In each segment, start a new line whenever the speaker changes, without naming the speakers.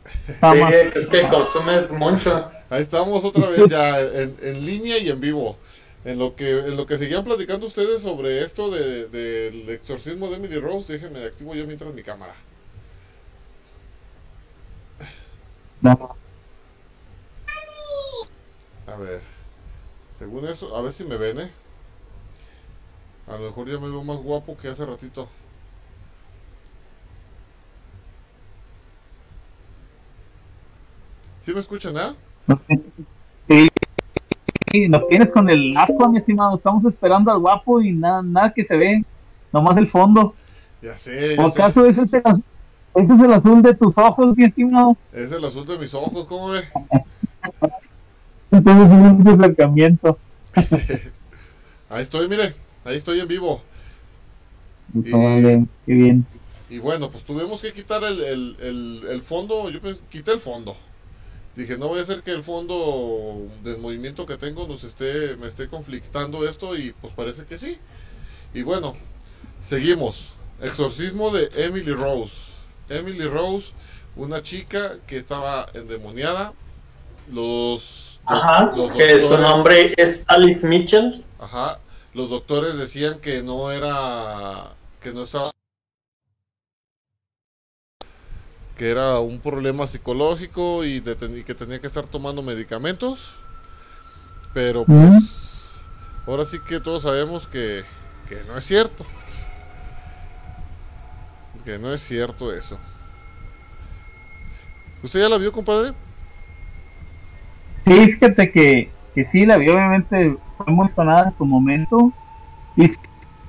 Sí,
Jamás.
es que consumes mucho.
Ahí estamos otra vez ya en línea y en vivo. En lo que seguían platicando ustedes sobre esto del exorcismo de Emily Rose, déjenme activo yo mientras mi cámara.
No.
A ver, según eso, a ver si me ven, ¿eh? A lo mejor ya me veo más guapo que hace ratito. ¿Sí me escuchan, ah?
No sé. Sí, nos tienes con el asco, mi estimado. Estamos esperando al guapo y nada, nada que se ve, nomás el fondo.
Ya sé,
¿O
ya sé.
acaso ese es el azul de tus ojos, mi estimado?
Es el azul de mis ojos, ¿cómo ve?
Entonces es un acercamiento.
Ahí estoy, mire. Ahí estoy en vivo.
Todo
Y,
bien, qué bien.
y bueno, pues tuvimos que quitar el fondo. Quité el fondo. Dije, no voy a hacer que el fondo del movimiento que tengo me esté conflictando esto y pues parece que sí. Y bueno, seguimos. Exorcismo de Emily Rose. Emily Rose, una chica que estaba endemoniada.
Ajá,
Los
que su
doctores,
nombre es Alice Mitchell.
ajá, los doctores decían que no era, que no estaba, que era un problema psicológico y que tenía que estar tomando medicamentos. Pero
¿Mm?
pues ahora sí que todos sabemos que no es cierto. Que no es cierto eso. ¿Usted ya la vio, compadre?
Sí, fíjate que sí, la vi, obviamente fue muy sonada en su momento y sí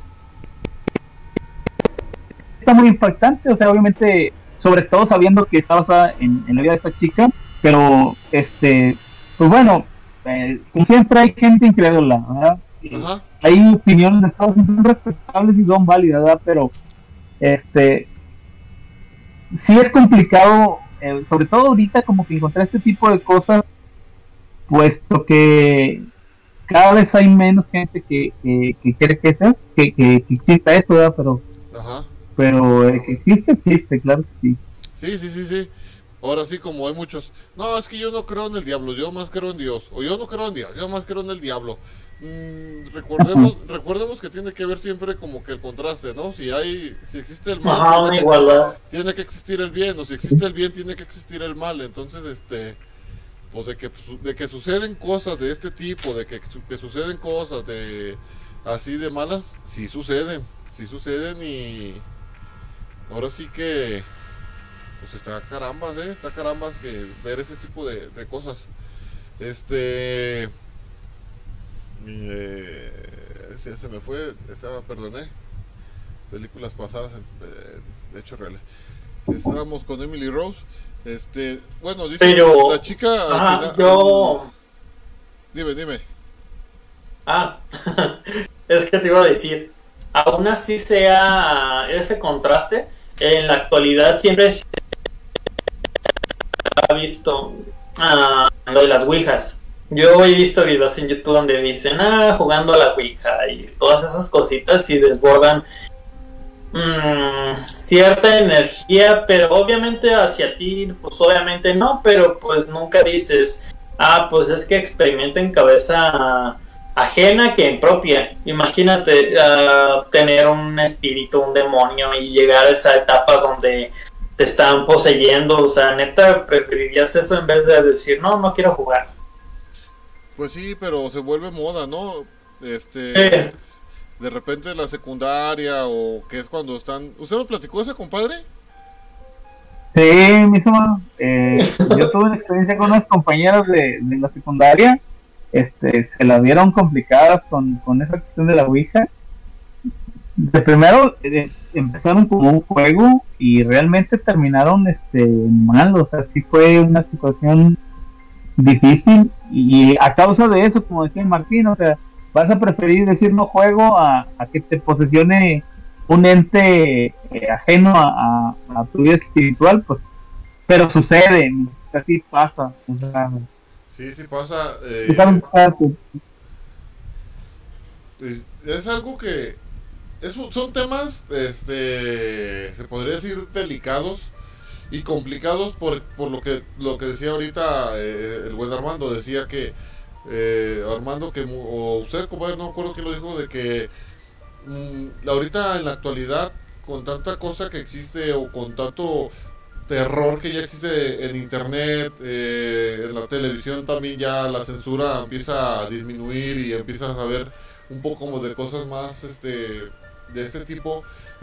está muy impactante, o sea, obviamente, sobre todo sabiendo que está basada en la vida de esta chica, pero pues bueno, como siempre hay gente incrédula, ¿verdad? Y
Ajá.
hay opiniones de todos, son respetables y son válidas, ¿verdad? Pero este sí es complicado, sobre todo ahorita como que encontrar este tipo de cosas, puesto que cada vez hay menos gente que quiere que sea, que exista esto, ¿verdad?
Ajá.
Pero que existe, existe, claro que sí.
Sí, sí, sí, sí. Ahora sí, como hay muchos. No, es que yo no creo en el diablo, yo más creo en Dios. O yo no creo en Dios, yo más creo en el diablo. Recordemos que tiene que ver siempre como que el contraste, ¿no? Si existe el mal,
Ajá, una igualdad.
tiene que existir el bien, o si existe el bien, tiene que existir el mal. Entonces, pues de que suceden cosas de este tipo, que suceden cosas de así de malas, sí suceden y ahora sí que pues está carambas que ver ese tipo de cosas. Este, se me fue, perdoné, películas pasadas, de hecho reales. Estábamos con Emily Rose. Bueno, dice la
Pero,
chica al
ajá,
final,
yo,
dime, dime.
ah, es que te iba a decir, aún así sea ese contraste, en la actualidad siempre se ha visto lo de las ouijas. Yo he visto videos en YouTube donde dicen, jugando a la ouija y todas esas cositas y desbordan cierta energía, pero obviamente hacia ti, pues obviamente no, pero pues nunca dices, pues es que experimenta en cabeza ajena que en propia. Imagínate tener un espíritu, un demonio y llegar a esa etapa donde te están poseyendo, o sea, neta, preferirías eso en vez de decir, no, no quiero jugar.
Pues sí, pero se vuelve moda, ¿no? Este,
Sí.
de repente en la secundaria o que es cuando están. ¿Usted me platicó ese, compadre?
Sí, mismo, yo tuve una experiencia con unas compañeras de la secundaria, se las vieron complicadas con esa cuestión de la Ouija. De primero empezaron como un juego y realmente terminaron mal, o sea, sí fue una situación difícil y a causa de eso, como decía Martín, o sea, vas a preferir decir no juego a que te posesione un ente ajeno a tu vida espiritual, pues, pero sucede, así pasa, o sea,
Sí, sí pasa. Es algo son temas, se podría decir delicados, y complicados por lo que decía ahorita el buen Armando. Decía que Armando, o usted, compadre, no me acuerdo quién lo dijo, de que ahorita en la actualidad, con tanta cosa que existe o con tanto terror que ya existe en internet, en la televisión también, ya la censura empieza a disminuir y empiezas a ver un poco como de cosas más de este tipo.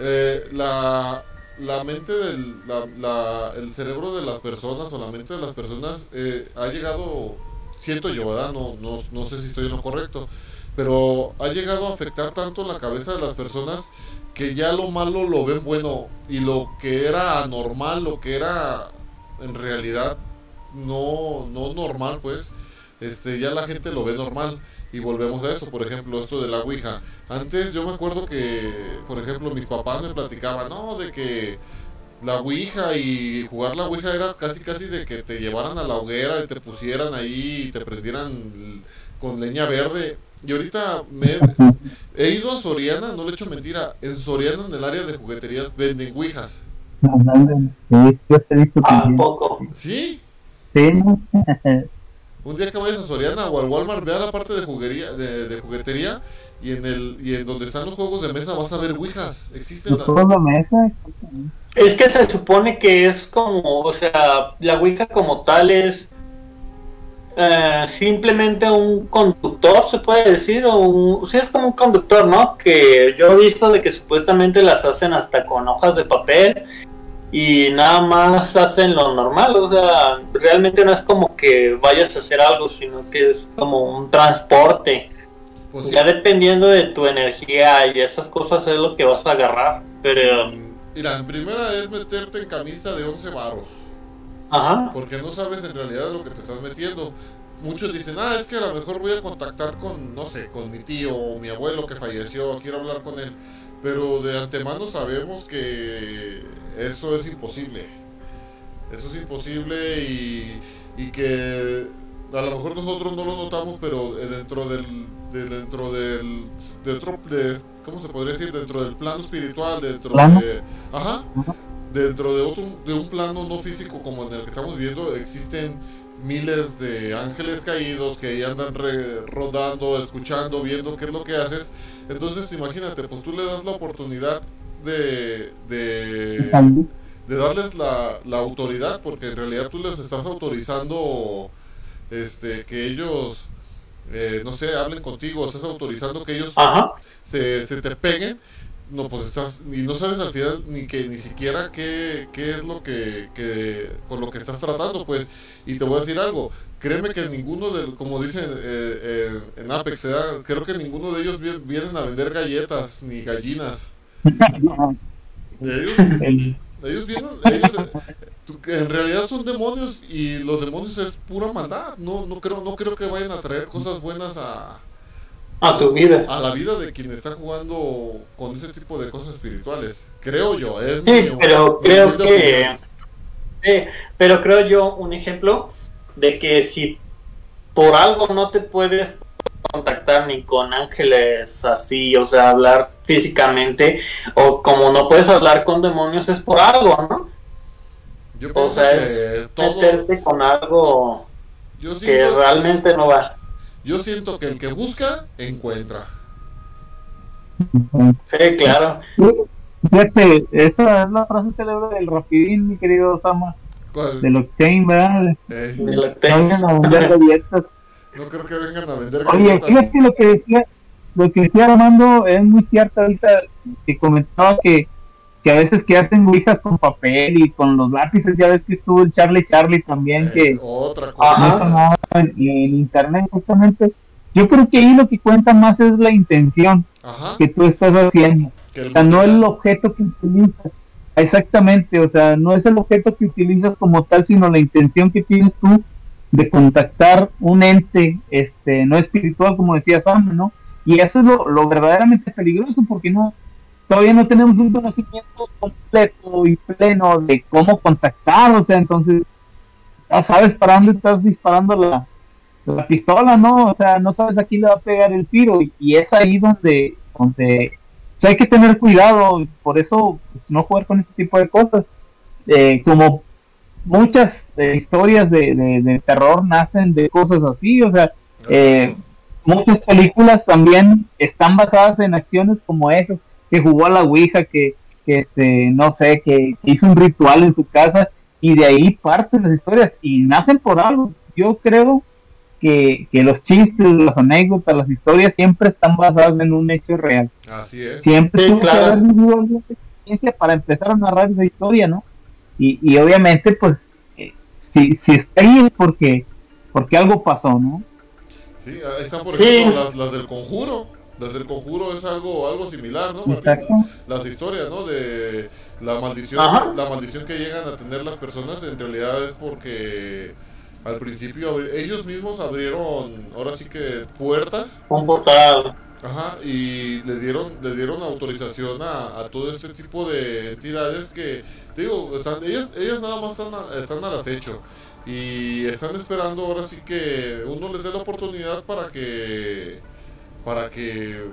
La mente el cerebro de las personas, o la mente de las personas, ha llegado, siento yo, ¿verdad? No sé si estoy en lo correcto, pero ha llegado a afectar tanto la cabeza de las personas que ya lo malo lo ven bueno, y lo que era anormal, lo que era en realidad no normal, pues ya la gente lo ve normal. Y volvemos a eso, por ejemplo, esto de la Ouija. Antes yo me acuerdo que, por ejemplo, mis papás me platicaban, no, de que la Ouija y jugar la Ouija era casi de que te llevaran a la hoguera y te pusieran ahí y te prendieran con leña verde. Y ahorita he ido a Soriana, no le echo mentira, en Soriana, en el área de jugueterías, venden Ouijas.
Sí, yo te he visto
¿Un poco?
¿Sí?
Sí.
Un día que vayas a Soriana o al Walmart, ve a la parte de juguetería, y en donde están los juegos de mesa vas a ver Ouijas. Existen
los juegos de mesa.
Es que se supone que es como, o sea, la Ouija como tal es simplemente un conductor, se puede decir, sí, es como un conductor, ¿no? Que yo he visto de que supuestamente las hacen hasta con hojas de papel y nada más hacen lo normal, o sea, realmente no es como que vayas a hacer algo, sino que es como un transporte. Pues ya dependiendo de tu energía y esas cosas es lo que vas a agarrar, pero...
Mira, en primera es meterte en camisa de 11 varos.
Ajá.
Porque no sabes en realidad lo que te estás metiendo. Muchos dicen, es que a lo mejor voy a contactar con, no sé, con mi tío o mi abuelo que falleció, quiero hablar con él. Pero de antemano sabemos que eso es imposible. Eso es imposible, y que a lo mejor nosotros no lo notamos, pero dentro ¿cómo se podría decir? Dentro del plano espiritual, dentro de un plano no físico como en el que estamos viviendo, existen miles de ángeles caídos que ahí andan rodando, escuchando, viendo qué es lo que haces. Entonces imagínate, pues tú le das la oportunidad de darles la autoridad, porque en realidad tú les estás autorizando que ellos no sé, hablen contigo, estás autorizando que ellos se te peguen. No, pues estás, y no sabes al final ni siquiera qué es lo que con lo que estás tratando, pues. Y te voy a decir algo, créeme que ninguno como dicen en Apex, creo que ninguno de ellos vienen a vender galletas ni gallinas. Ellos vienen, en realidad son demonios, y los demonios es pura maldad. No creo que vayan a traer cosas buenas a
tu vida,
a la vida de quien está jugando con ese tipo de cosas espirituales. Creo yo,
pero creo yo un ejemplo de que si por algo no te puedes contactar ni con ángeles así, o sea, hablar físicamente, o como no puedes hablar con demonios, es por algo, ¿no?
Yo
o sea, es meterte con algo que realmente no va.
Yo siento que el que busca, encuentra.
Sí, claro.
Fíjate, esa es la frase célebre del Rapidín, mi querido Osama.
¿Cuál?
Del Octane, ¿verdad?
Del Octane.
Vengan a vender galletas.
No creo que vengan a vender
galletas. Oye, fíjate lo que decía Armando es muy cierto ahorita, que comentaba que a veces que hacen ouijas con papel y con los lápices. Ya ves que estuvo el Charlie también, que
otra cosa
en internet, justamente. Yo creo que ahí lo que cuenta más es la intención que tú estás haciendo, o sea, no el objeto que utilizas. Exactamente, o sea, no es el objeto que utilizas como tal, sino la intención que tienes tú de contactar un ente no espiritual, como decía Sam, ¿no? Y eso es lo verdaderamente peligroso, porque todavía no tenemos un conocimiento completo y pleno de cómo contactar. O sea, entonces ya sabes para dónde estás disparando la pistola, ¿no? O sea, no sabes a quién le va a pegar el tiro, y es ahí donde o sea, hay que tener cuidado. Por eso, pues, no jugar con este tipo de cosas, como muchas historias de terror nacen de cosas así, o sea,
Exacto.
muchas películas también están basadas en acciones como esas, que jugó a la Ouija, no sé, que hizo un ritual en su casa, y de ahí parten las historias, y nacen por algo. Yo creo que los chistes, las anécdotas, las historias siempre están basadas en un hecho real.
Así es.
Siempre
Sí,
tuvo que haber
claro.
vivido alguna experiencia para empezar a narrar esa historia, ¿no? Y obviamente, pues, si está ahí es porque algo pasó, ¿no?
Sí, ahí están, por ejemplo,
Sí,
las del Conjuro. Las del Conjuro es algo similar, ¿no, Martín?
Exacto.
Las historias, ¿no? De
ajá,
la maldición que llegan a tener las personas en realidad es porque al principio ellos mismos abrieron, ahora sí que puertas,
un portal.
ajá, y le dieron autorización a todo este tipo de entidades que, te digo, ellas nada más están al acecho y están esperando ahora sí que uno les dé la oportunidad para que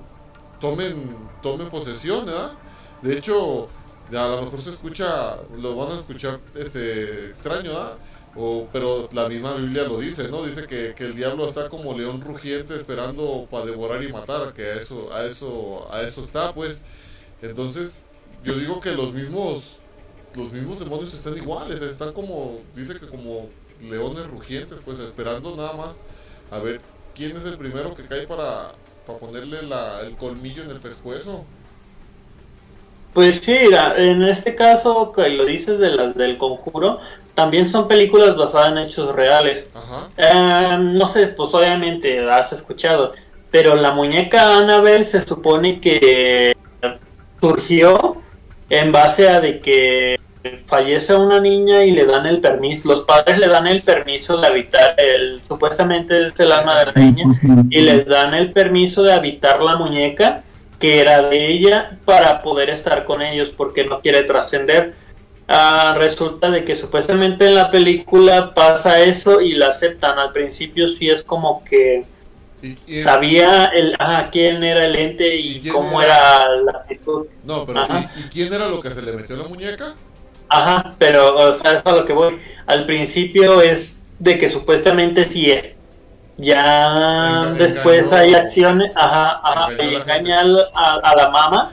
tomen posesión, ¿verdad? De hecho, a lo mejor lo van a escuchar extraño, ¿verdad? Pero la misma Biblia lo dice, ¿no? Dice que el diablo está como león rugiente esperando para devorar y matar, que a eso está, pues. Entonces, yo digo que los mismos demonios están iguales, están como, dice que como leones rugientes, pues esperando nada más a ver quién es el primero que cae para ponerle el colmillo en el pescuezo.
Pues sí, mira, en este caso que lo dices de las del Conjuro, también son películas basadas en hechos reales.
Ajá.
No sé, pues obviamente has escuchado, pero la muñeca Annabelle se supone que surgió en base a de que fallece una niña y le dan el permiso, los padres le dan el permiso de habitar, supuestamente es el alma de la niña, y les dan el permiso de habitar la muñeca que era de ella para poder estar con ellos porque no quiere trascender. Resulta de que supuestamente en la película pasa eso y la aceptan. Al principio sí es como que
Y
sabía quién era el ente
¿Y
y
quién
cómo
era?
era la actitud.
No, pero
Ajá,
¿y quién era lo que se le metió en la muñeca?
ajá, pero o sea, es a lo que voy. Al principio es de que supuestamente sí es. Ya después hay
Engañó,
acciones, ajá, ajá,
engañó a
y
la gente.
engaña a la mamá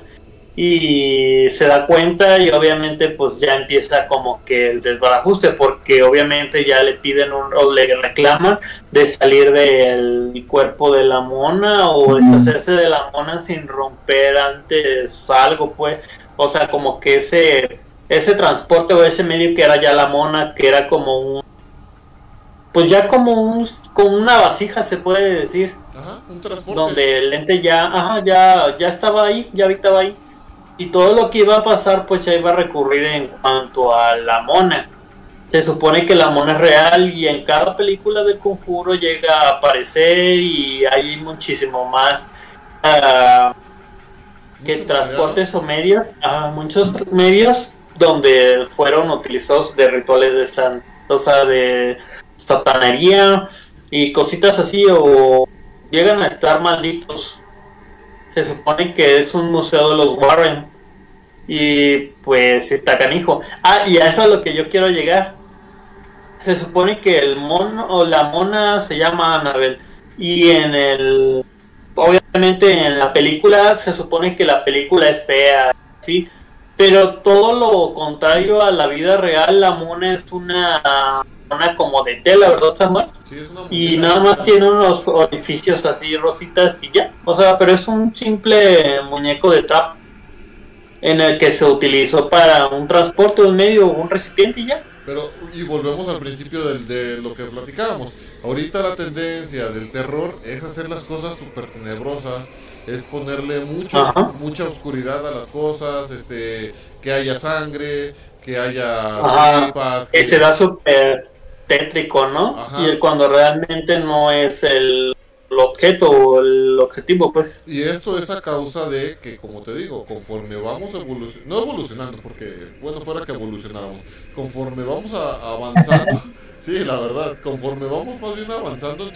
y se da cuenta y obviamente pues ya empieza como que el desbarajuste porque obviamente ya le piden o le reclaman de salir del cuerpo de la mona o deshacerse de la mona sin romper antes algo, pues, o sea, como que ese transporte o ese medio que era ya la mona, que era como pues ya como una vasija se puede decir,
Ajá, un transporte.
donde el ente ya, ajá, ya estaba ahí, ya habitaba ahí y todo lo que iba a pasar pues ya iba a recurrir en cuanto a la mona. Se supone que la mona es real y en cada película del Conjuro llega a aparecer y hay muchísimo más uh, que
Mucho material, ¿no?
transportes o medios, muchos medios donde fueron utilizados de rituales o sea, de satanería y cositas así o llegan a estar malditos. Se supone que es un museo de los Warren. Y pues está canijo. Y a eso es a lo que yo quiero llegar. Se supone que el mono o la mona se llama Annabelle. Y obviamente en la película se supone que la película es fea, ¿sí? Pero todo lo contrario a la vida real, la mona es una mona como de tela, ¿verdad, Samuel?
Sí, es una
Y
muñeca
nada
de
más
tela.
tiene unos orificios así rositas y ya. O sea, pero es un simple muñeco de trapo en el que se utilizó para un transporte, un medio, un recipiente y ya.
Y volvemos al principio de lo que platicábamos. Ahorita la tendencia del terror es hacer las cosas súper tenebrosas, es ponerle
Ajá,
mucha oscuridad a las cosas, que haya sangre, que haya
ajá.
tripas,
Que se da súper tétrico, ¿no? Y
Ajá.
cuando realmente no es el objeto o el objetivo, pues.
Y esto es a causa de que, como te digo, conforme vamos no evolucionando, porque bueno, fuera que evolucionáramos, conforme vamos avanzando, sí, la verdad, conforme vamos más bien avanzando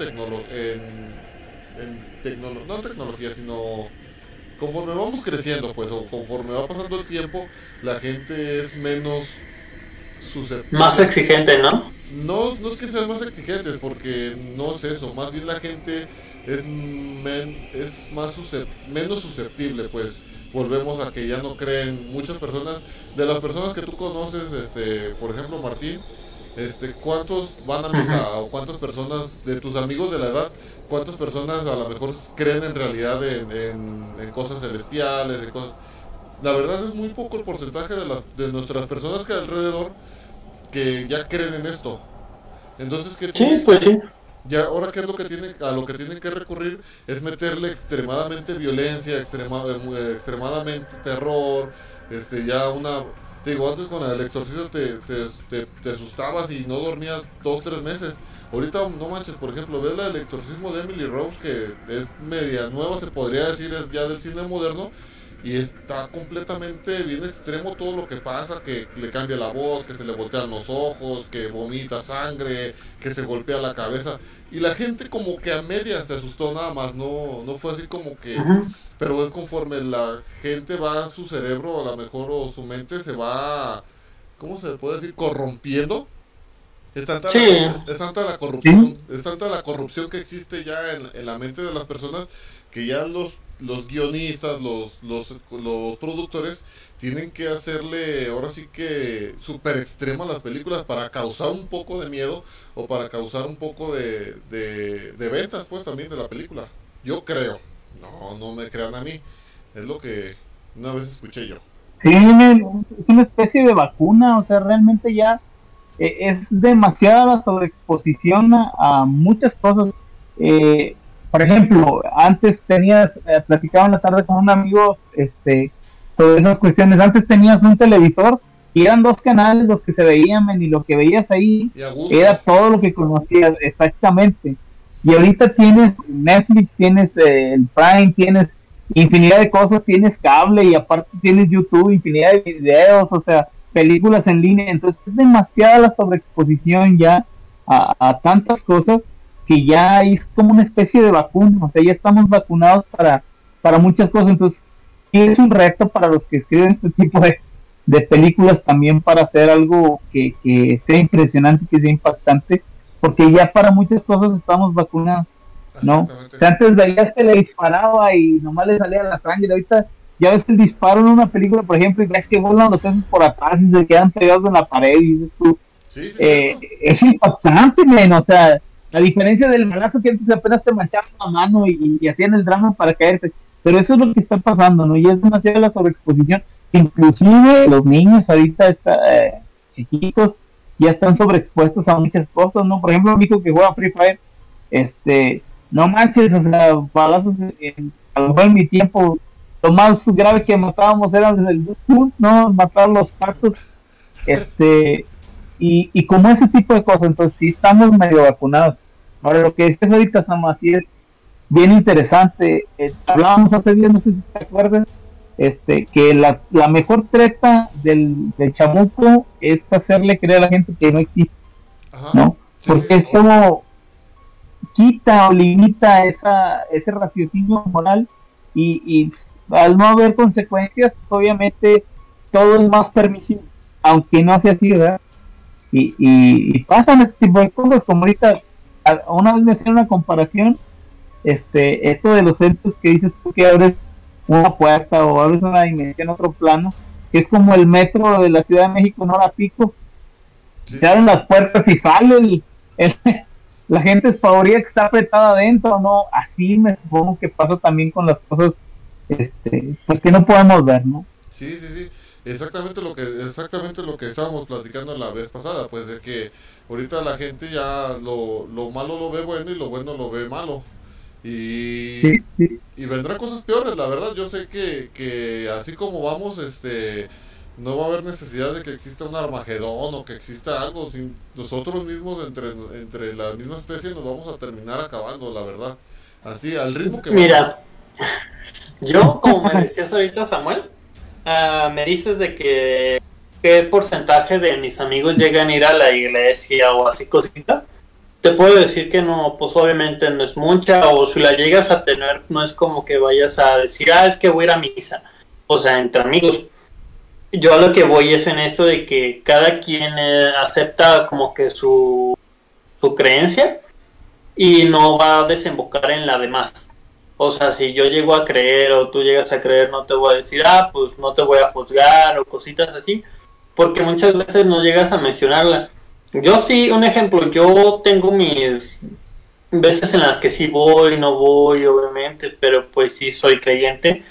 no en tecnología, sino conforme vamos creciendo, pues, o conforme va pasando el tiempo, la gente es susceptibles.
Más exigente, ¿no?
No, no es que sean más exigentes, porque no es eso, más bien la gente es menos susceptible, pues volvemos a que ya no creen muchas personas, de las personas que tú conoces, por ejemplo Martín, ¿cuántos van a misa o cuántas personas de tus amigos de la edad, cuántas personas a lo mejor creen en realidad en cosas celestiales, en cosas... La verdad es muy poco el porcentaje de nuestras personas que hay alrededor que ya creen en esto. Entonces, ¿qué
Sí,
tiene?
pues sí.
Ya, ahora qué es lo que tiene, a lo que tienen que recurrir es meterle extremadamente violencia, extremadamente terror, ya una, te digo, antes con el exorcista te asustabas y no dormías 2, 3 meses. Ahorita no manches, por ejemplo, ves el exorcismo de Emily Rose, que es media nueva, se podría decir, es ya del cine moderno, y está completamente bien extremo todo lo que pasa, que le cambia la voz, que se le voltean los ojos, que vomita sangre, que se golpea la cabeza, y la gente como que a medias se asustó nada más, no fue así como que,
Ujú.
pero es conforme la gente va, su cerebro a lo mejor o su mente se va, ¿cómo se puede decir? Corrompiendo.
Sí,
Es tanta la
Sí,
corrupción, es tanta la corrupción que existe ya en la mente de las personas, que ya los guionistas, los productores tienen que hacerle ahora sí que súper extrema las películas para causar un poco de miedo o para causar un poco de ventas pues también de la película. Yo creo, no me crean a mí, es lo que una vez escuché yo.
sí, es una especie de vacuna, o sea, realmente ya es demasiada la sobreexposición a muchas cosas. Eh, por ejemplo, antes tenías, platicaba en la tarde con un amigo sobre esas cuestiones, antes tenías un televisor y eran dos canales los que se veían, men, y lo que veías ahí
Y a gusto.
era todo lo que conocías exactamente. Y ahorita tienes Netflix, tienes el Prime, tienes infinidad de cosas, tienes cable y aparte tienes YouTube, infinidad de videos, o sea, películas en línea, entonces es demasiada la sobreexposición ya tantas cosas que ya es como una especie de vacuna, o sea, ya estamos vacunados para muchas cosas, entonces sí es un reto para los que escriben este tipo de películas también para hacer algo que sea impresionante, que sea impactante, porque ya para muchas cosas estamos vacunados, ¿no? O
Exactamente.
sea, antes veías que le disparaba y nomás le salía la sangre, ahorita ya ves el disparo en una película, por ejemplo, y ves que volan los peces por atrás y se quedan pegados en la pared y dices tú,
Sí, sí, cierto.
es impactante, men, o sea, a diferencia del balazo que antes apenas te manchaban la mano y hacían el drama para caerse, pero eso es lo que está pasando, ¿no? Y es demasiada la sobreexposición, inclusive los niños ahorita chiquitos ya están sobreexpuestos a muchas cosas, ¿no? Por ejemplo, mi hijo que juega Free Fire, no manches, o sea, balazos, a lo mejor en mi tiempo, lo más grave que matábamos era desde el Doom, ¿no? Matar los patos, y como ese tipo de cosas, entonces sí estamos medio vacunados. Ahora, lo que dices ahorita, Sama, sí es bien interesante. Hablábamos hace días, no sé si te acuerdas, que la mejor treta del chamuco es hacerle creer a la gente que no existe,
Ajá.
¿no?
Sí,
Porque
sí.
es como quita o limita ese raciocinio moral y al no haber consecuencias, obviamente todo es más permisivo, aunque no sea así, ¿verdad? Y pasan este tipo de cosas, como ahorita, una vez me hacían una comparación, esto de los entes que dices tú que abres una puerta o abres una dimensión, otro plano, que es como el metro de la Ciudad de México en hora pico,
Sí,
se abren las puertas y sale el, la gente espavoría que está apretada adentro, ¿no? Así me supongo que pasa también con las cosas, pues que no podemos ver, ¿no?
sí, sí, sí. Exactamente lo que estábamos platicando la vez pasada, pues de que ahorita la gente ya lo malo lo ve bueno y lo bueno lo ve malo. Y,
Sí, sí.
y vendrán cosas peores, la verdad. Yo sé que así como vamos, no va a haber necesidad de que exista un Armagedón o que exista algo. Nosotros mismos, entre la misma especie, nos vamos a terminar acabando, la verdad. Así, al ritmo que vamos.
mira, yo, como me decías ahorita, Samuel, me dices de que qué porcentaje de mis amigos llegan a ir a la iglesia o así cositas. Te puedo decir que no, pues obviamente no es mucha, o si la llegas a tener, no es como que vayas a decir, es que voy a ir a misa. O sea, entre amigos. yo a lo que voy es en esto de que cada quien acepta como que su creencia y no va a desembocar en la demás. O sea, si yo llego a creer o tú llegas a creer, no te voy a decir, pues no te voy a juzgar o cositas así, porque muchas veces no llegas a mencionarla. Yo sí, un ejemplo, yo tengo mis veces en las que sí voy, no voy, obviamente, pero pues sí soy creyente.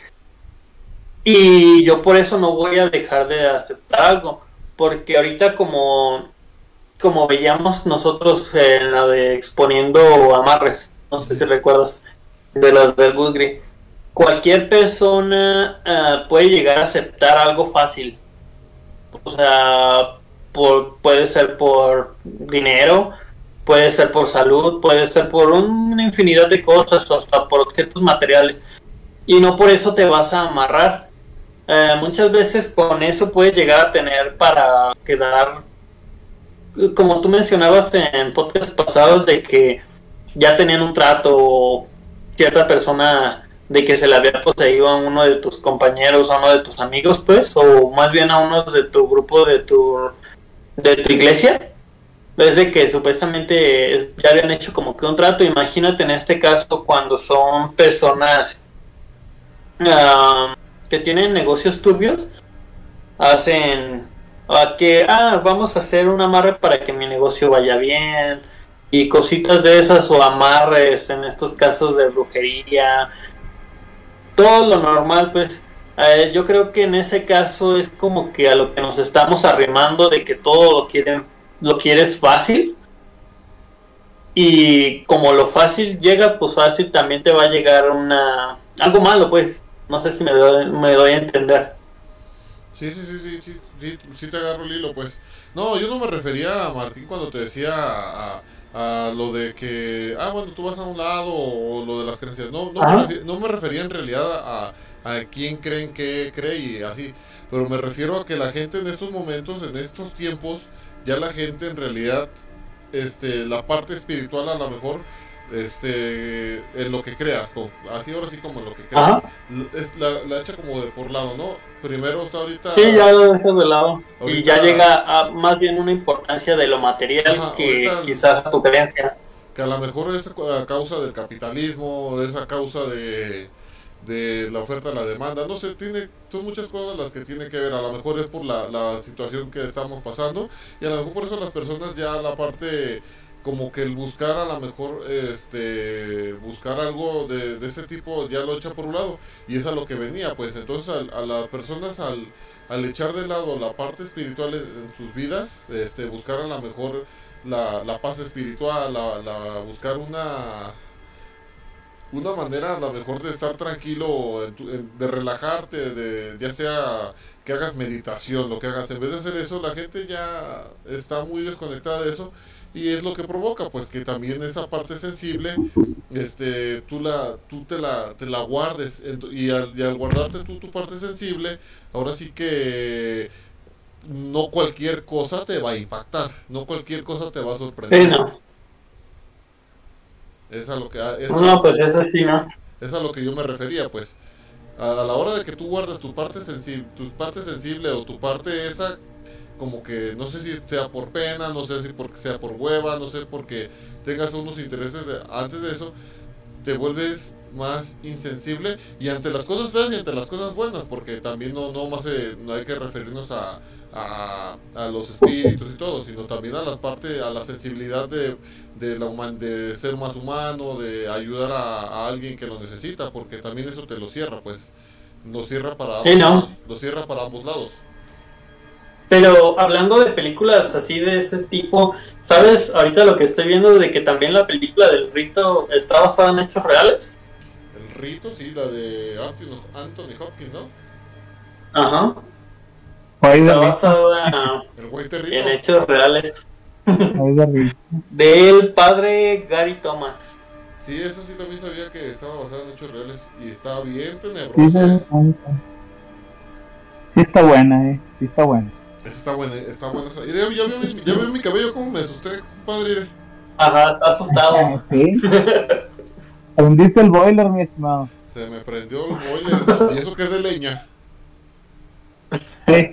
Y yo por eso no voy a dejar de aceptar algo, porque ahorita como veíamos nosotros en la de exponiendo amarres, no sé si recuerdas, de las del Gusgri, cualquier persona puede llegar a aceptar algo fácil. O sea, puede ser por dinero, puede ser por salud, puede ser por una infinidad de cosas, o hasta por objetos materiales. Y no por eso te vas a amarrar. Muchas veces con eso puedes llegar a tener para quedar, como tú mencionabas en podcasts pasados, de que ya tenían un trato o cierta persona de que se le había poseído a uno de tus compañeros, a uno de tus amigos, pues, o más bien a uno de tu grupo, de tu iglesia, desde que supuestamente ya habían hecho como que un trato. Imagínate en este caso cuando son personas que tienen negocios turbios, hacen vamos a hacer un amarre para que mi negocio vaya bien y cositas de esas, o amarres en estos casos de brujería, todo lo normal, pues. Yo creo que en ese caso es como que a lo que nos estamos arrimando, de que todo lo quieres fácil, y como lo fácil llegas, pues fácil también te va a llegar algo malo, pues. No sé si me doy a entender.
Sí, te agarro el hilo, pues. No, yo no me refería a Martín cuando te decía a lo de que, bueno, tú vas a un lado o lo de las creencias. No me refería en realidad a quién creen que cree y así, pero me refiero a que la gente en estos momentos, en estos tiempos, ya la gente en realidad, la parte espiritual a lo mejor, en lo que creas, así ahora sí como en lo que creas, la echa como de por lado, ¿no? Primero está ahorita...
Sí, ya lo dejas de lado.
Ahorita,
y ya llega a más bien una importancia de lo material que quizás a tu creencia.
Que a lo mejor es a causa del capitalismo, es a causa de la oferta y la demanda, no sé, son muchas cosas las que tiene que ver. A lo mejor es por la situación que estamos pasando, y a lo mejor por eso las personas ya la parte como que el buscar a lo mejor buscar algo de ese tipo ya lo echa por un lado, y es a lo que venía, pues. Entonces a las personas al echar de lado la parte espiritual en sus vidas, buscar a lo mejor la paz espiritual, buscar una manera a lo mejor de estar tranquilo, de relajarte, ya sea que hagas meditación, lo que hagas, en vez de hacer eso, la gente ya está muy desconectada de eso, y es lo que provoca, pues, que también esa parte sensible, tú te la guardes, y al guardarte tú tu parte sensible, ahora sí que no cualquier cosa te va a impactar, no cualquier cosa te va a sorprender.
Sí, no.
Es a lo que
pues eso sí, ¿no?
es a lo que yo me refería, pues. A la hora de que tú guardas tu parte sensible o tu parte esa, como que no sé si sea por pena, no sé si porque sea por hueva, no sé, porque tengas unos intereses antes de eso, te vuelves más insensible, y ante las cosas feas y ante las cosas buenas, porque también no hay que referirnos a los espíritus y todo, sino también a la sensibilidad de ser más humano, de ayudar a alguien que lo necesita, porque también eso te lo cierra, pues, lo cierra para ambos lados, lo cierra para ambos lados.
Pero hablando de películas así de ese tipo, ¿sabes? Ahorita lo que estoy viendo de que también la película del Rito está basada en hechos reales.
El Rito, sí, la de Anthony Hopkins, ¿no?
Ajá. Está basada en hechos reales. Del padre Gary Thomas.
Sí, eso sí también sabía que estaba basada en hechos reales, y estaba bien tenebrosa.
Sí está buena, sí está buena.
Está buena. Ya veo mi cabello, como me asusté, compadre.
Ajá, está asustado.
Sí. Hundiste el boiler, mi estimado.
Se me prendió el boiler, y eso que es de leña.
Sí.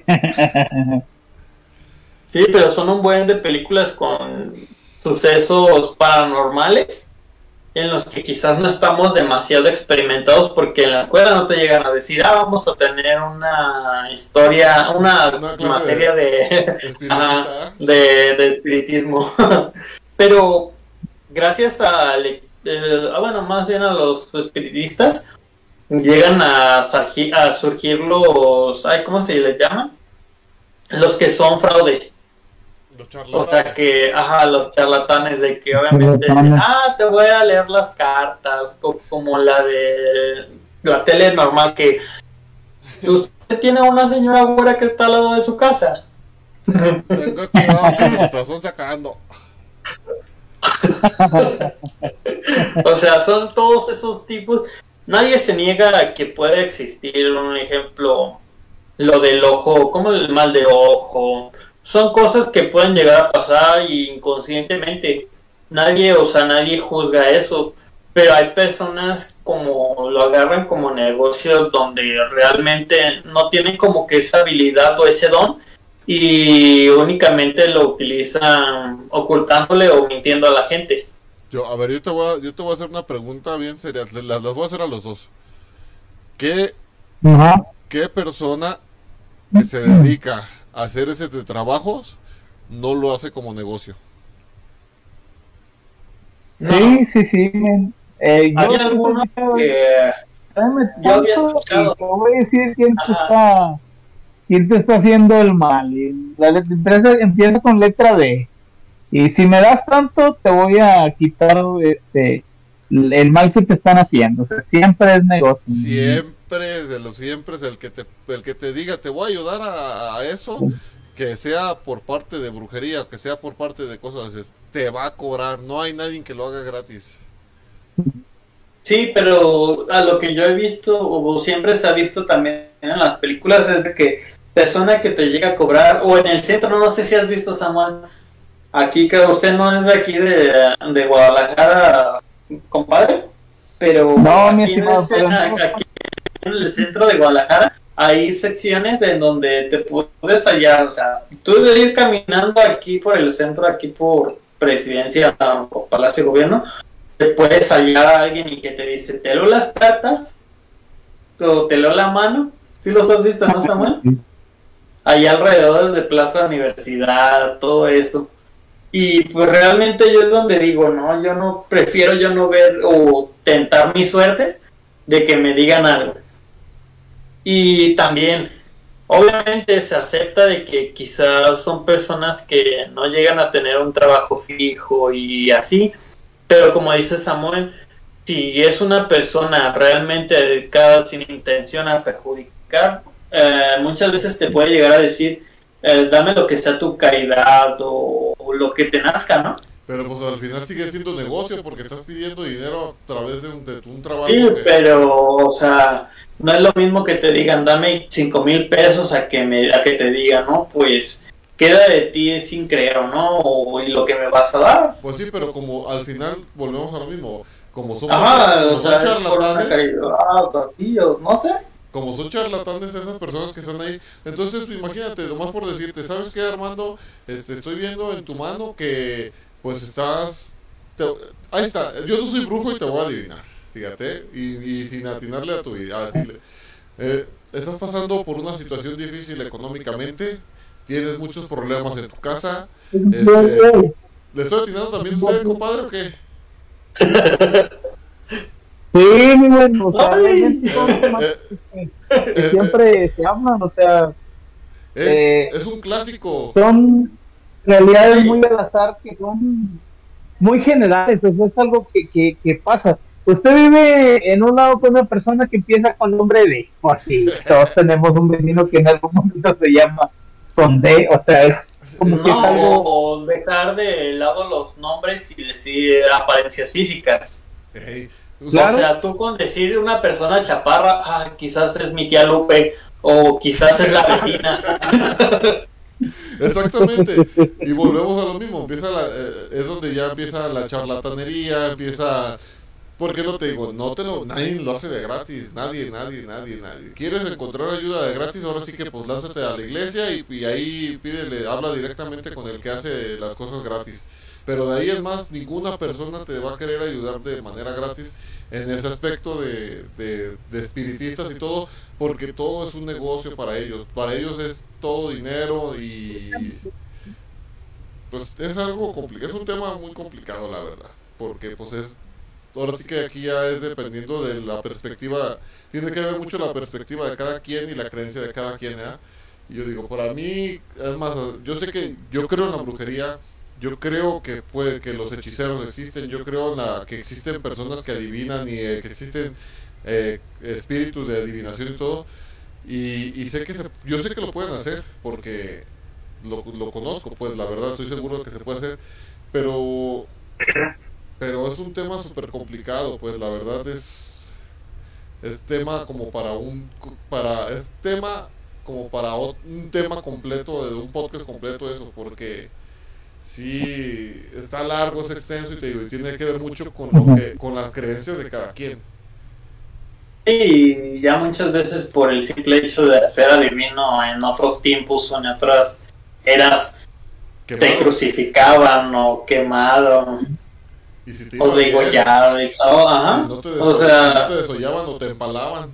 Sí, pero son un buen de películas con sucesos paranormales en los que quizás no estamos demasiado experimentados porque en la escuela no te llegan a decir, vamos a tener una historia, una
Una clase
materia de, ajá,
espiritista.
de espiritismo. Pero gracias bueno, más bien a los espiritistas, llegan a surgir los, ay, ¿cómo se les llama? Los que son fraude.
Los
O sea
charlatanes.
que, ajá, los charlatanes de que obviamente, te voy a leer las cartas, como la de la tele normal que usted tiene una señora güera que está al lado de su casa.
Tenga cuidado que se los están sacando.
O sea, son todos esos tipos. Nadie se niega a que puede existir un ejemplo, lo del ojo, como el mal de ojo. Son cosas que pueden llegar a pasar inconscientemente. Nadie, o sea, nadie juzga eso. Pero hay personas como lo agarran como negocios donde realmente no tienen como que esa habilidad o ese don y únicamente lo utilizan ocultándole o mintiendo a la gente.
A ver, yo te voy a hacer una pregunta bien seria. Las voy a hacer a los dos. ¿Qué,
Ajá.
qué persona que se dedica a hacer ese de trabajos no lo hace como negocio?
No,
Sí, sí, sí. Yo
hay
siempre he
algunos
escuchado,
que
"Dame
yo había
tanto y
escuchado.
te voy a decir
Ajá.
quién te está haciendo el mal. Y la empieza con letra D. Y si me das tanto, te voy a quitar el mal que te están haciendo. O sea, siempre es negocio.
Siempre, de los siempre, es el que te diga, te voy a ayudar a eso, que sea por parte de brujería, que sea por parte de cosas así, te va a cobrar. No hay nadie que lo haga gratis.
Sí, pero a lo que yo he visto, o siempre se ha visto también en las películas, es de que persona que te llega a cobrar, o en el centro, no sé si has visto, Samuel, aquí que usted no es de aquí de Guadalajara, compadre, pero
No, mi
aquí
estimado, pero no.
aquí en el centro de Guadalajara hay secciones en donde te puedes hallar, o sea, tú debes ir caminando aquí por el centro, aquí por Presidencia o Palacio de Gobierno, te puedes hallar a alguien y que te dice, te leo las cartas o te leo la mano. ¿Sí los has visto, no, Samuel? Allá alrededor de Plaza Universidad, todo eso. Y pues realmente yo es donde digo, no, yo no, prefiero yo no ver o tentar mi suerte de que me digan algo. Y también, obviamente se acepta de que quizás son personas que no llegan a tener un trabajo fijo y así, pero como dice Samuel, si es una persona realmente dedicada sin intención a perjudicar, muchas veces te puede llegar a decir, dame lo que sea tu caridad o lo que te nazca, ¿no?
Pero pues al final sigue siendo negocio porque estás pidiendo dinero a través de un
Sí,
trabajo que...
pero, o sea, no es lo mismo que te digan, dame 5,000 pesos a que te digan, ¿no? Pues queda de ti sin creer o no, y lo que me vas a dar.
Pues sí, pero como al final volvemos a lo mismo.
Ajá, o
Como son
sea, es por una
charlatanes,
caridad o así, o no sé.
como son charlatanes esas personas que están ahí, entonces pues, imagínate, nomás por decirte, ¿sabes qué, Armando? Estoy viendo en tu mano que pues ahí está, yo no soy brujo y te voy a adivinar, fíjate, y sin atinarle a tu vida, a decirle, estás pasando por una situación difícil económicamente, tienes muchos problemas en tu casa, ¿le estoy atinando también a usted, compadre, o qué?
Sí, mi bueno, o sea, realmente son temas
Eh,
que
eh,
siempre se hablan, o sea,
es un clásico.
son realidades
Sí,
muy al azar que son muy generales, o sea, es algo que pasa. Usted vive en un lado con una persona que empieza con nombre de, o así, todos tenemos un vecino que en algún momento se llama con D, o sea, es como que es
no,
algo,
o dejar de lado los nombres y decir apariencias físicas.
Ey,
O
claro,
sea, tú con decir una persona chaparra, quizás es mi tía Lupe, o quizás es la vecina.
exactamente. Y volvemos a lo mismo. Es donde ya empieza la charlatanería, Porque no te digo, nadie lo hace de gratis, nadie. ¿Quieres encontrar ayuda de gratis? Ahora sí que pues lánzate a la iglesia y ahí pídele, habla directamente con el que hace las cosas gratis. Pero de ahí es más, ninguna persona te va a querer ayudar de manera gratis en ese aspecto de espiritistas y todo, porque todo es un negocio para ellos. Para ellos es todo dinero y pues es algo complicado, es un tema muy complicado la verdad, porque pues ahora sí que aquí ya es dependiendo de la perspectiva, tiene que ver mucho la perspectiva de cada quien y la creencia de cada quien, ¿eh? Y yo digo, para mí, es más, yo sé que yo creo en la brujería, yo creo que los hechiceros existen, yo creo que existen personas que adivinan y que existen espíritus de adivinación y todo, y sé yo sé que lo pueden hacer porque lo conozco, pues la verdad, estoy seguro de que se puede hacer, pero es un tema súper complicado, pues la verdad es tema como es tema como para un tema completo, de un podcast completo eso, porque sí, está largo, es extenso y te digo, y tiene que ver mucho con las creencias de cada quien.
Y ya muchas veces por el simple hecho de ser adivino en otros tiempos o en otras eras,
Quemado.
te crucificaban o quemado
Y si te
o degollado y todo, ajá.
No te
O sea,
no te desollaban o te empalaban.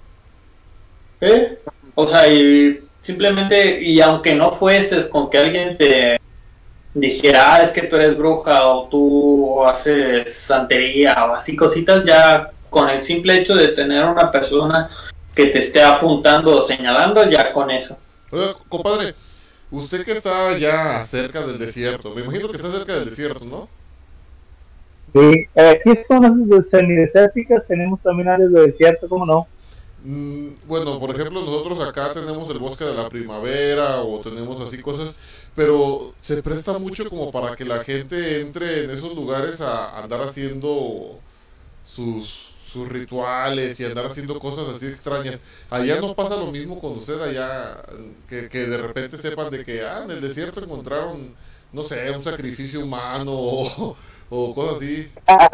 o sea, y simplemente, y aunque no fueses con que alguien te dijera, es que tú eres bruja o tú haces santería o así cositas, ya con el simple hecho de tener una persona que te esté apuntando o señalando, ya con eso.
Compadre, usted que está ya cerca del desierto, me imagino que está cerca del desierto, ¿no?
Sí, aquí son zonas semidesérticas, tenemos también áreas de desierto, ¿cómo no?
Bueno, por ejemplo, nosotros acá tenemos el bosque de la primavera o tenemos así cosas, pero se presta mucho como para que la gente entre en esos lugares a andar haciendo sus rituales y andar haciendo cosas así extrañas. Allá no pasa lo mismo con usted allá, que de repente sepan de que en el desierto encontraron, no sé, un sacrificio humano o cosas así.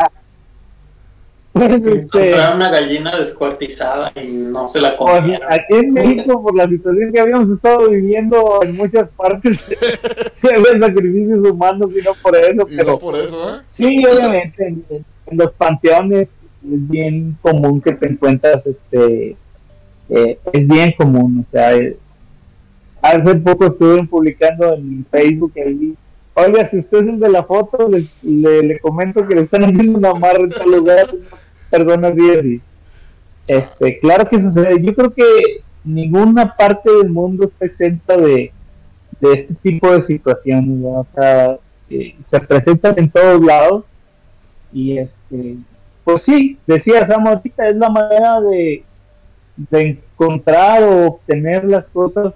Encontraron una gallina descuartizada y no se la
Pues,
comieron.
aquí en México, por la situación que habíamos estado viviendo en muchas partes, se había sacrificios humanos y no por eso.
Y
pero
no por eso, ¿eh?
sí, obviamente, en los panteones es bien común que te encuentras, es bien común, o sea, hace poco estuvieron publicando en Facebook ahí, oiga, si usted es el de la foto, le comento que le están haciendo una amarre en tal lugar, personas así. Claro que sucede. Yo creo que ninguna parte del mundo está exenta de este tipo de situaciones, ¿no? O sea, se presentan en todos lados y pues sí, decía Sam ahorita, es la manera de encontrar o obtener las cosas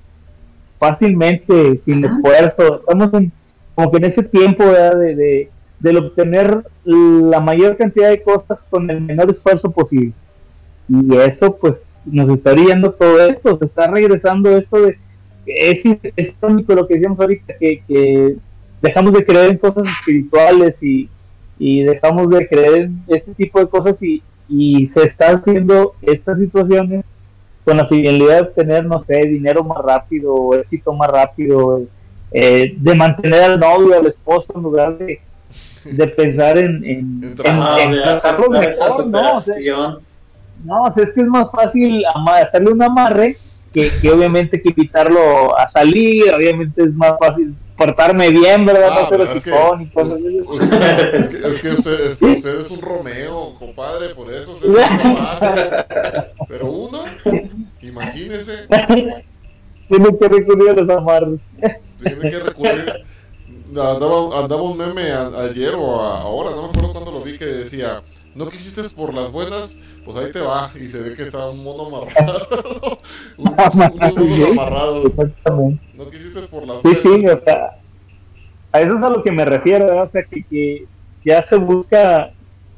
fácilmente, sin esfuerzo. Estamos como que en ese tiempo, ¿verdad? del obtener la mayor cantidad de cosas con el menor esfuerzo posible. Y eso pues nos está viendo todo esto, se está regresando esto de es tónico lo que decíamos ahorita, que dejamos de creer en cosas espirituales y dejamos de creer en este tipo de cosas y se está haciendo estas situaciones con la finalidad de obtener, no sé, dinero más rápido, éxito más rápido, de mantener al novio, al esposo, en lugar de pensar en hacerlo mejor, ¿no? O sea, no, o sea, es que es más fácil hacerle un amarre que obviamente que invitarlo a salir, obviamente es más fácil portarme bien, ¿verdad? No hacer hocicón y cosas así.
Es que usted es un Romeo, compadre, por eso usted es una base. Pero uno, imagínese.
Tiene que recurrir a los amarres.
Tiene que recurrir. Andaba un meme ayer o ahora, no me acuerdo cuándo lo vi, que decía: no quisiste por las buenas, pues ahí te va. Y se ve que está un mono amarrado. unos monos amarrados.
Exactamente.
No quisiste por las buenas.
Sí, o sea, a eso es a lo que me refiero, ¿verdad? O sea, que ya se busca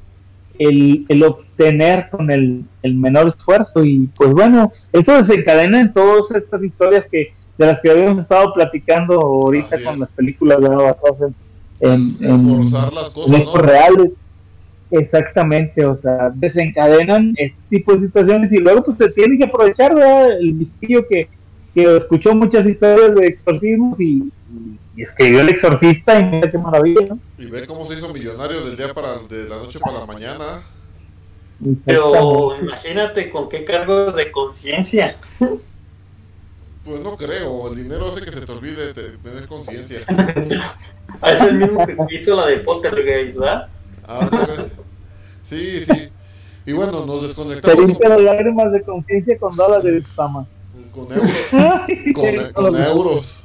el obtener con el menor esfuerzo. Y pues bueno, esto desencadena en todas estas historias de las que habíamos estado platicando ahorita con las películas de basadas en
forzar las cosas,
hechos
¿no?
reales. Exactamente, o sea, desencadenan este tipo de situaciones y luego pues te tienen que aprovechar, ¿verdad? El mistillo que escuchó muchas historias de exorcismos y escribió El Exorcista y mira qué maravilla, ¿no?
Y ve cómo se hizo millonario de la noche para la mañana.
Pero imagínate con qué cargos de conciencia.
Pues no creo, el dinero hace que se te olvide tener conciencia.
Es el mismo que hizo la de Poltergeist, ¿verdad?
Ah, sí, sí. Y bueno, nos
Te
desconectamos
limpia las lágrimas de conciencia con dólares de fama.
con euros. Con euros.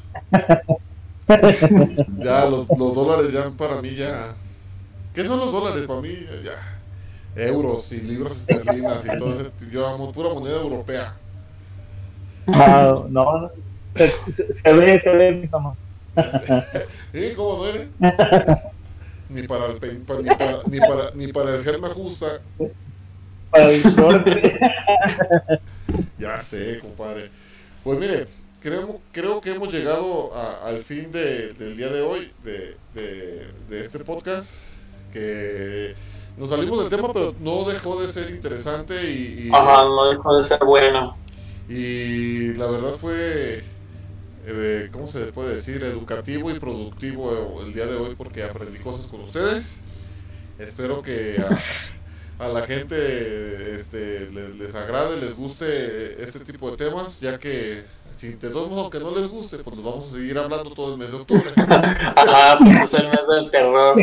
Ya, los dólares ya para mí ya... ¿Qué son los dólares para mí? Ya. Euros y libras esterlinas y todo eso. Yo amo pura moneda europea.
Ah, no, se ve mi fama.
¿Cómo no eres? Ni para el ni para el gel me ajusta.
Para el corte.
Ya sé, compadre. Pues mire, creo que hemos llegado al fin del día de hoy de este podcast. Que nos salimos del tema, pero no dejó de ser interesante
Ajá, no dejó de ser bueno.
Y la verdad fue, ¿cómo se puede decir? Educativo y productivo el día de hoy porque aprendí cosas con ustedes. Espero que a la gente les agrade, les guste este tipo de temas, ya que si de todos modos que no les guste, pues nos vamos a seguir hablando todo el mes de octubre.
Ajá, pues es el mes del terror.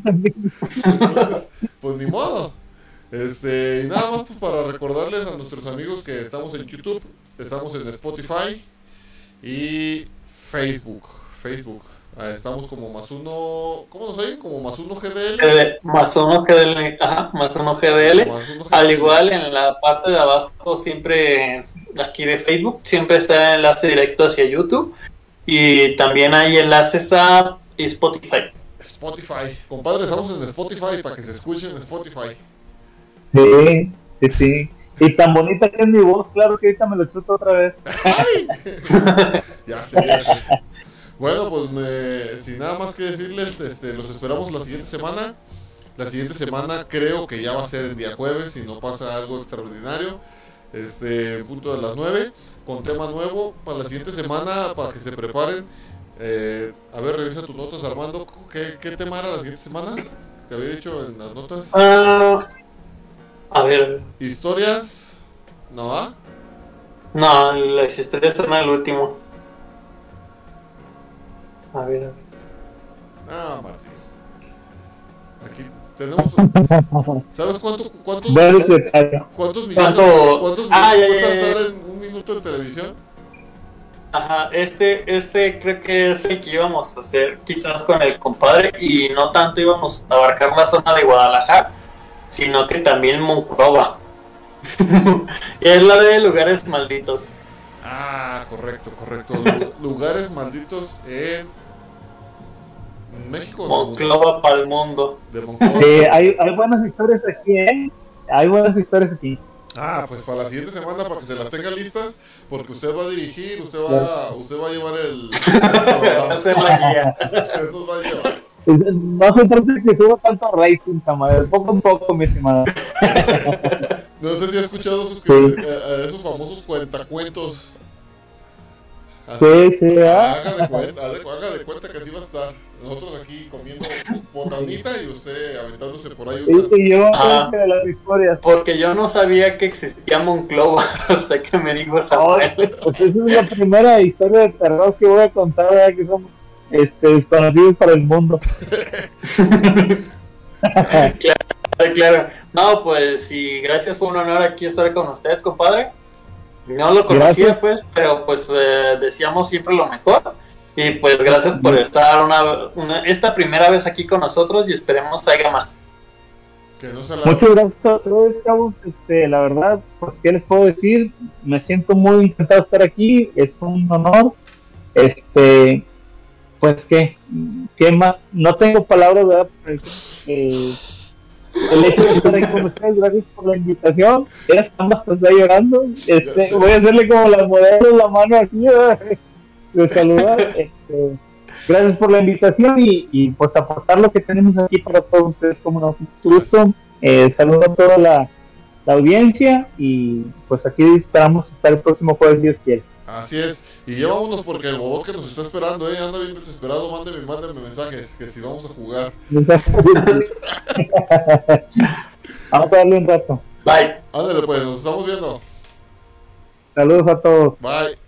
Pues ni modo. Y nada más pues para recordarles a nuestros amigos que estamos en YouTube, estamos en Spotify y Facebook. Estamos como más uno, ¿cómo nos oyen? Como más uno GDL.
Más uno GDL, ajá, más uno GDL. Al igual en la parte de abajo siempre, aquí de Facebook, siempre está el enlace directo hacia YouTube. Y también hay enlaces a Spotify.
Compadre, estamos en Spotify para que se escuchen en Spotify.
Sí. Y tan bonita que es mi voz, claro que ahorita me lo chuto otra vez.
¡Ay! Ya sé. Bueno, pues sin nada más que decirles, los esperamos la siguiente semana. La siguiente semana creo que ya va a ser el día jueves, si no pasa algo extraordinario. Punto de las 9, con tema nuevo para la siguiente semana, para que se preparen. A ver, revisa tus notas, Armando. ¿Qué tema era la siguiente semana? ¿Te había dicho en las notas?
A ver.
¿Historias? ¿No va?
No, las historias son el último. A ver.
Ah, Martín. Aquí tenemos. ¿Sabes cuántos millones cuesta estar en un minuto de televisión?
Ajá, este creo que es el que íbamos a hacer quizás con el compadre y no tanto íbamos a abarcar la zona de Guadalajara, sino que también Monclova. Es la de lugares malditos.
Ah, correcto. Lugares malditos en México.
Monclova para el mundo.
Sí, hay buenas historias aquí, Hay buenas historias aquí.
Ah, pues para la siguiente semana, para que se las tenga listas, porque usted va a dirigir, usted va a llevar el
va a ser la guía.
Usted nos va a llevar.
No se trata de que suba tanto rating, camarada, poco a poco, mi estimado.
No sé si ha escuchado esos famosos cuentacuentos.
Sí.
Haga de cuenta que así va a estar. Nosotros aquí comiendo botanita y usted aventándose por ahí
de las historias.
Porque yo no sabía que existía Monclova hasta que me dijo Samuel.
Pues esa es la primera historia de terror que voy a contar, ¿verdad? Que somos desconocidos para el mundo.
Claro. No, pues sí, gracias, fue un honor aquí estar con usted, compadre. No lo conocía, pues, pero pues deseamos siempre lo mejor. Y pues gracias por estar esta primera vez aquí con nosotros y esperemos haya más.
Muchas gracias a todos, chavos. La verdad, pues, ¿qué les puedo decir? Me siento muy encantado de estar aquí, es un honor. Pues, ¿qué más? No tengo palabras, ¿verdad? El hecho de estar ahí con ustedes, gracias por la invitación. Ya están bastante llorando. Voy a hacerle como las modelos la mano así, ¿verdad? De saludar. Gracias por la invitación y pues aportar lo que tenemos aquí para todos ustedes como nos gusto. Saludo a toda la audiencia y pues aquí esperamos estar el próximo jueves, si Dios quiere.
Así es, y ya vámonos porque el bobo que nos está esperando, anda bien desesperado, mándeme mensajes, que si vamos a jugar.
Vamos a darle un rato.
Bye.
Ándale pues, nos estamos viendo.
Saludos a todos.
Bye.